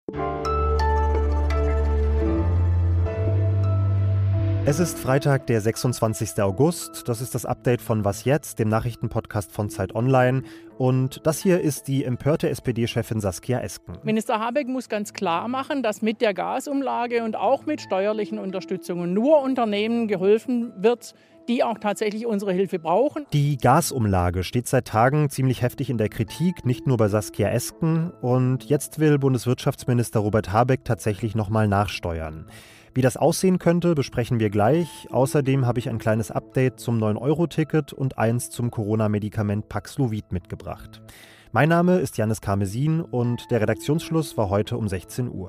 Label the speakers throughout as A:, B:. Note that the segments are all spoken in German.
A: Es ist Freitag, der 26. August. Das ist das Update von Was jetzt, dem Nachrichtenpodcast von Zeit Online. Und das hier ist die empörte SPD-Chefin Saskia Esken.
B: Minister Habeck muss ganz klar machen, dass mit der Gasumlage und auch mit steuerlichen Unterstützungen nur Unternehmen geholfen wird, die auch tatsächlich unsere Hilfe brauchen.
A: Die Gasumlage steht seit Tagen ziemlich heftig in der Kritik, nicht nur bei Saskia Esken. Und jetzt will Bundeswirtschaftsminister Robert Habeck tatsächlich nochmal nachsteuern. Wie das aussehen könnte, besprechen wir gleich. Außerdem habe ich ein kleines Update zum 9-Euro-Ticket und eins zum Corona-Medikament Paxlovid mitgebracht. Mein Name ist Jannis Karmesin und der Redaktionsschluss war heute um 16 Uhr.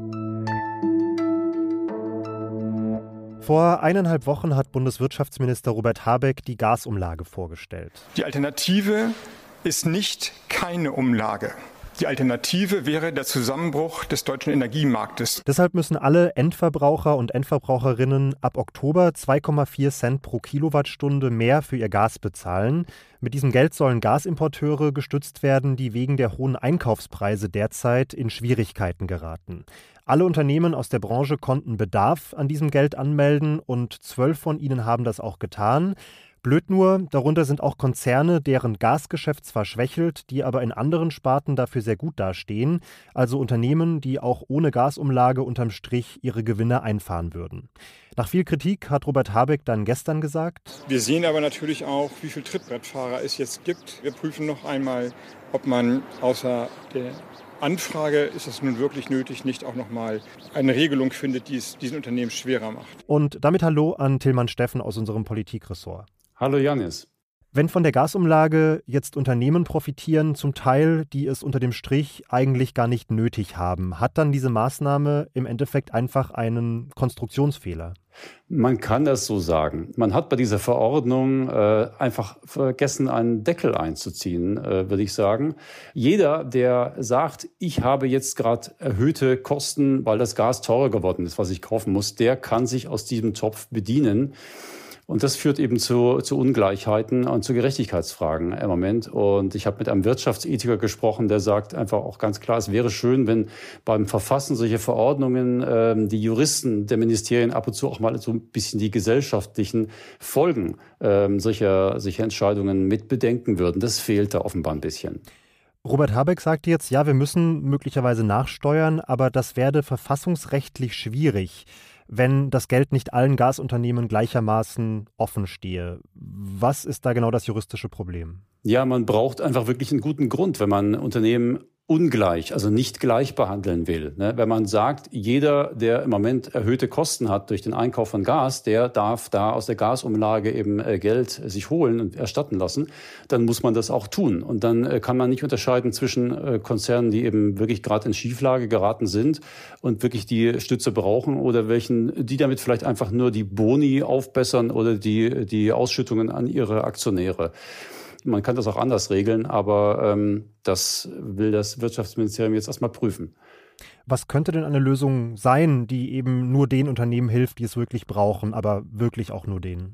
A: Vor 1,5 Wochen hat Bundeswirtschaftsminister Robert Habeck die Gasumlage vorgestellt.
C: Die Alternative ist nicht keine Umlage. Die Alternative wäre der Zusammenbruch des deutschen Energiemarktes.
A: Deshalb müssen alle Endverbraucher und Endverbraucherinnen ab Oktober 2,4 Cent pro Kilowattstunde mehr für ihr Gas bezahlen. Mit diesem Geld sollen Gasimporteure gestützt werden, die wegen der hohen Einkaufspreise derzeit in Schwierigkeiten geraten. Alle Unternehmen aus der Branche konnten Bedarf an diesem Geld anmelden und 12 von ihnen haben das auch getan. Blöd nur, darunter sind auch Konzerne, deren Gasgeschäft zwar schwächelt, die aber in anderen Sparten dafür sehr gut dastehen, also Unternehmen, die auch ohne Gasumlage unterm Strich ihre Gewinne einfahren würden. Nach viel Kritik hat Robert Habeck dann gestern gesagt:
C: Wir sehen aber natürlich auch, wie viele Trittbrettfahrer es jetzt gibt. Wir prüfen noch einmal, ob man außer der Anfrage, ist es nun wirklich nötig, nicht auch nochmal eine Regelung findet, die es diesen Unternehmen schwerer macht.
A: Und damit Hallo an Tillmann Steffen aus unserem Politikressort.
D: Hallo Jannis.
A: Wenn von der Gasumlage jetzt Unternehmen profitieren, zum Teil, die es unter dem Strich eigentlich gar nicht nötig haben, hat dann diese Maßnahme im Endeffekt einfach einen Konstruktionsfehler?
D: Man kann das so sagen. Man hat bei dieser Verordnung einfach vergessen, einen Deckel einzuziehen, würde ich sagen. Jeder, der sagt, ich habe jetzt gerade erhöhte Kosten, weil das Gas teurer geworden ist, was ich kaufen muss, der kann sich aus diesem Topf bedienen. Und das führt eben zu Ungleichheiten und zu Gerechtigkeitsfragen im Moment. Und ich habe mit einem Wirtschaftsethiker gesprochen, der sagt einfach auch ganz klar, es wäre schön, wenn beim Verfassen solcher Verordnungen die Juristen der Ministerien ab und zu auch mal so ein bisschen die gesellschaftlichen Folgen solcher Entscheidungen mit bedenken würden. Das fehlt da offenbar ein bisschen.
A: Robert Habeck sagt jetzt, ja, wir müssen möglicherweise nachsteuern, aber das werde verfassungsrechtlich schwierig, wenn das Geld nicht allen Gasunternehmen gleichermaßen offen stehe. Was ist da genau das juristische Problem?
D: Ja, man braucht einfach wirklich einen guten Grund, wenn man Unternehmen ungleich, also nicht gleich behandeln will. Wenn man sagt, jeder, der im Moment erhöhte Kosten hat durch den Einkauf von Gas, der darf da aus der Gasumlage eben Geld sich holen und erstatten lassen, dann muss man das auch tun. Und dann kann man nicht unterscheiden zwischen Konzernen, die eben wirklich gerade in Schieflage geraten sind und wirklich die Stütze brauchen oder welchen, die damit vielleicht einfach nur die Boni aufbessern oder die Ausschüttungen an ihre Aktionäre. Man kann das auch anders regeln, aber das will das Wirtschaftsministerium jetzt erstmal prüfen.
A: Was könnte denn eine Lösung sein, die eben nur den Unternehmen hilft, die es wirklich brauchen, aber wirklich auch nur denen?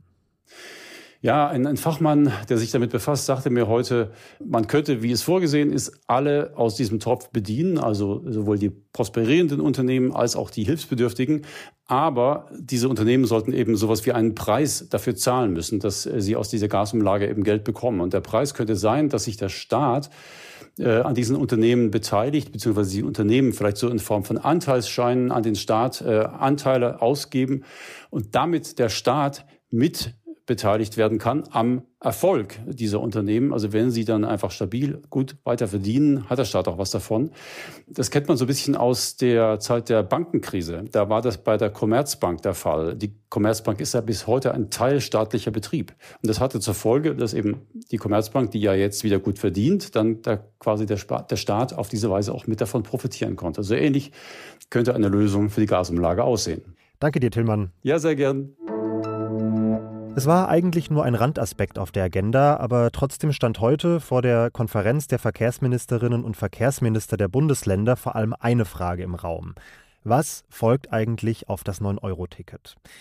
D: Ja, ein Fachmann, der sich damit befasst, sagte mir heute, man könnte, wie es vorgesehen ist, alle aus diesem Topf bedienen, also sowohl die prosperierenden Unternehmen als auch die Hilfsbedürftigen. Aber diese Unternehmen sollten eben sowas wie einen Preis dafür zahlen müssen, dass sie aus dieser Gasumlage eben Geld bekommen. Und der Preis könnte sein, dass sich der Staat an diesen Unternehmen beteiligt, beziehungsweise die Unternehmen vielleicht so in Form von Anteilsscheinen an den Staat Anteile ausgeben und damit der Staat mit beteiligt werden kann am Erfolg dieser Unternehmen. Also wenn sie dann einfach stabil gut weiter verdienen, hat der Staat auch was davon. Das kennt man so ein bisschen aus der Zeit der Bankenkrise. Da war das bei der Commerzbank der Fall. Die Commerzbank ist ja bis heute ein teilstaatlicher Betrieb. Und das hatte zur Folge, dass eben die Commerzbank, die ja jetzt wieder gut verdient, dann da quasi der Staat auf diese Weise auch mit davon profitieren konnte. Also ähnlich könnte eine Lösung für die Gasumlage aussehen.
A: Danke dir, Tillmann.
D: Ja, sehr gern.
A: Es war eigentlich nur ein Randaspekt auf der Agenda, aber trotzdem stand heute vor der Konferenz der Verkehrsministerinnen und Verkehrsminister der Bundesländer vor allem eine Frage im Raum. Was folgt eigentlich auf das 9-Euro-Ticket?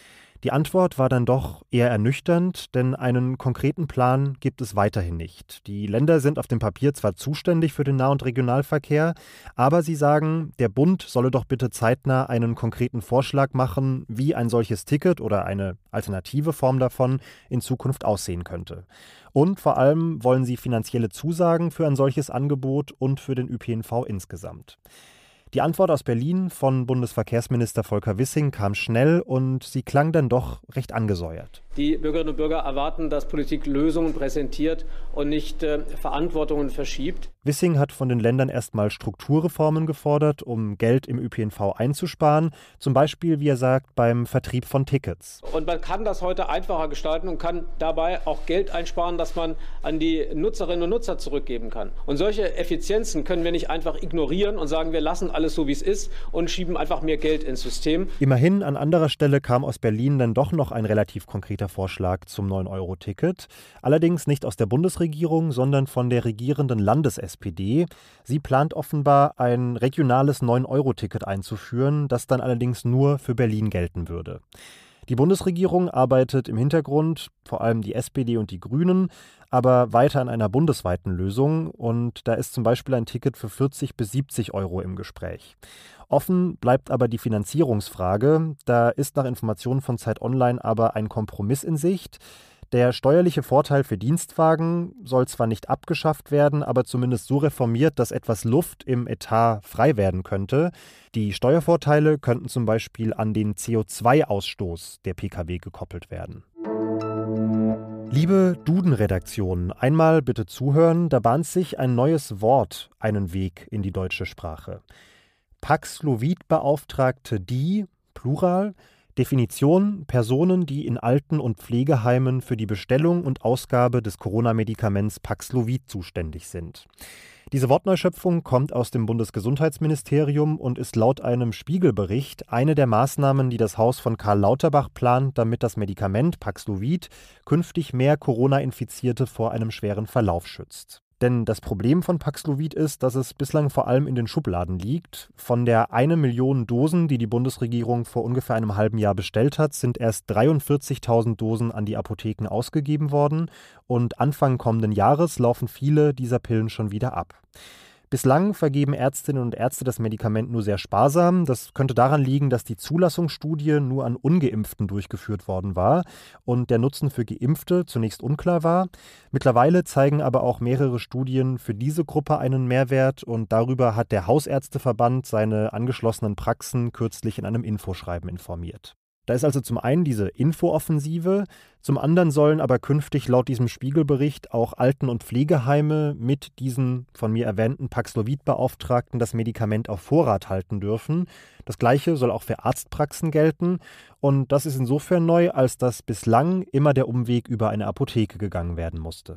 A: Die Antwort war dann doch eher ernüchternd, denn einen konkreten Plan gibt es weiterhin nicht. Die Länder sind auf dem Papier zwar zuständig für den Nah- und Regionalverkehr, aber sie sagen, der Bund solle doch bitte zeitnah einen konkreten Vorschlag machen, wie ein solches Ticket oder eine alternative Form davon in Zukunft aussehen könnte. Und vor allem wollen sie finanzielle Zusagen für ein solches Angebot und für den ÖPNV insgesamt. Die Antwort aus Berlin von Bundesverkehrsminister Volker Wissing kam schnell und sie klang dann doch recht angesäuert.
E: Die Bürgerinnen und Bürger erwarten, dass Politik Lösungen präsentiert und nicht Verantwortungen verschiebt.
A: Wissing hat von den Ländern erstmal Strukturreformen gefordert, um Geld im ÖPNV einzusparen. Zum Beispiel, wie er sagt, beim Vertrieb von Tickets.
E: Und man kann das heute einfacher gestalten und kann dabei auch Geld einsparen, das man an die Nutzerinnen und Nutzer zurückgeben kann. Und solche Effizienzen können wir nicht einfach ignorieren und sagen, wir lassen alles so, wie es ist und schieben einfach mehr Geld ins System.
A: Immerhin, an anderer Stelle kam aus Berlin dann doch noch ein relativ konkreter Vorschlag zum 9-Euro-Ticket. Allerdings nicht aus der Bundesregierung, sondern von der regierenden Landes-SPD. Sie plant offenbar, ein regionales 9-Euro-Ticket einzuführen, das dann allerdings nur für Berlin gelten würde. Die Bundesregierung arbeitet im Hintergrund, vor allem die SPD und die Grünen, aber weiter an einer bundesweiten Lösung. Und da ist zum Beispiel ein Ticket für 40 bis 70 Euro im Gespräch. Offen bleibt aber die Finanzierungsfrage. Da ist nach Informationen von Zeit Online aber ein Kompromiss in Sicht. Der steuerliche Vorteil für Dienstwagen soll zwar nicht abgeschafft werden, aber zumindest so reformiert, dass etwas Luft im Etat frei werden könnte. Die Steuervorteile könnten zum Beispiel an den CO2-Ausstoß der Pkw gekoppelt werden. Liebe Duden-Redaktion, einmal bitte zuhören, da bahnt sich ein neues Wort einen Weg in die deutsche Sprache. Paxlovid-Beauftragte, die, Plural, Definition: Personen, die in Alten- und Pflegeheimen für die Bestellung und Ausgabe des Corona-Medikaments Paxlovid zuständig sind. Diese Wortneuschöpfung kommt aus dem Bundesgesundheitsministerium und ist laut einem Spiegelbericht eine der Maßnahmen, die das Haus von Karl Lauterbach plant, damit das Medikament Paxlovid künftig mehr Corona-Infizierte vor einem schweren Verlauf schützt. Denn das Problem von Paxlovid ist, dass es bislang vor allem in den Schubladen liegt. Von der 1 Million Dosen, die die Bundesregierung vor ungefähr einem halben Jahr bestellt hat, sind erst 43.000 Dosen an die Apotheken ausgegeben worden. Und Anfang kommenden Jahres laufen viele dieser Pillen schon wieder ab. Bislang vergeben Ärztinnen und Ärzte das Medikament nur sehr sparsam. Das könnte daran liegen, dass die Zulassungsstudie nur an Ungeimpften durchgeführt worden war und der Nutzen für Geimpfte zunächst unklar war. Mittlerweile zeigen aber auch mehrere Studien für diese Gruppe einen Mehrwert und darüber hat der Hausärzteverband seine angeschlossenen Praxen kürzlich in einem Infoschreiben informiert. Da ist also zum einen diese Infooffensive, zum anderen sollen aber künftig laut diesem Spiegelbericht auch Alten- und Pflegeheime mit diesen von mir erwähnten Paxlovid-Beauftragten das Medikament auf Vorrat halten dürfen. Das Gleiche soll auch für Arztpraxen gelten und das ist insofern neu, als dass bislang immer der Umweg über eine Apotheke gegangen werden musste.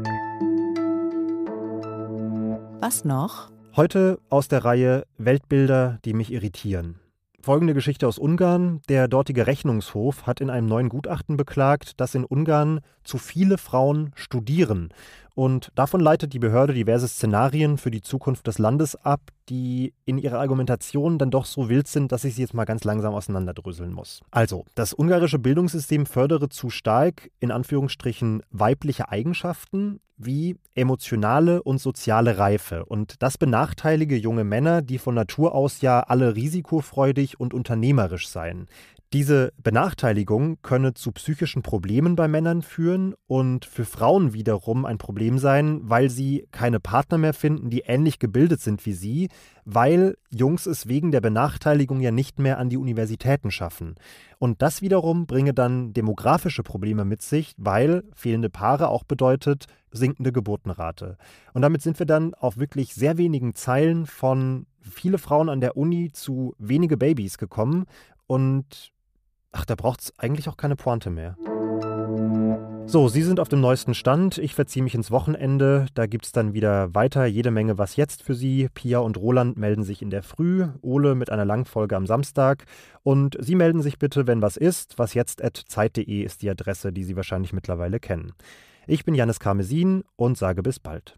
F: Was noch?
A: Heute aus der Reihe Weltbilder, die mich irritieren. Folgende Geschichte aus Ungarn. Der dortige Rechnungshof hat in einem neuen Gutachten beklagt, dass in Ungarn zu viele Frauen studieren. Und davon leitet die Behörde diverse Szenarien für die Zukunft des Landes ab, die in ihrer Argumentation dann doch so wild sind, dass ich sie jetzt mal ganz langsam auseinanderdröseln muss. Also, das ungarische Bildungssystem fördere zu stark, in Anführungsstrichen, weibliche Eigenschaften wie emotionale und soziale Reife. Und das benachteilige junge Männer, die von Natur aus ja alle risikofreudig und unternehmerisch seien. Diese Benachteiligung könne zu psychischen Problemen bei Männern führen und für Frauen wiederum ein Problem sein, weil sie keine Partner mehr finden, die ähnlich gebildet sind wie sie, weil Jungs es wegen der Benachteiligung ja nicht mehr an die Universitäten schaffen. Und das wiederum bringe dann demografische Probleme mit sich, weil fehlende Paare auch bedeutet sinkende Geburtenrate. Und damit sind wir dann auf wirklich sehr wenigen Zeilen von viele Frauen an der Uni zu wenige Babys gekommen und da braucht es eigentlich auch keine Pointe mehr. So, Sie sind auf dem neuesten Stand. Ich verziehe mich ins Wochenende. Da gibt es dann wieder weiter jede Menge Was jetzt für Sie. Pia und Roland melden sich in der Früh, Ole mit einer Langfolge am Samstag. Und Sie melden sich bitte, wenn was ist. wasjetzt@zeit.de ist die Adresse, die Sie wahrscheinlich mittlerweile kennen. Ich bin Jannis Karmesin und sage bis bald.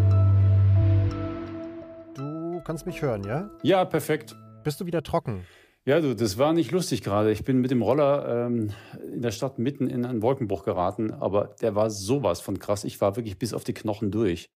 A: Du kannst mich hören, ja?
D: Ja, perfekt.
A: Bist du wieder trocken?
D: Ja, du, das war nicht lustig gerade. Ich bin mit dem Roller in der Stadt mitten in einen Wolkenbruch geraten, aber der war sowas von krass. Ich war wirklich bis auf die Knochen durch.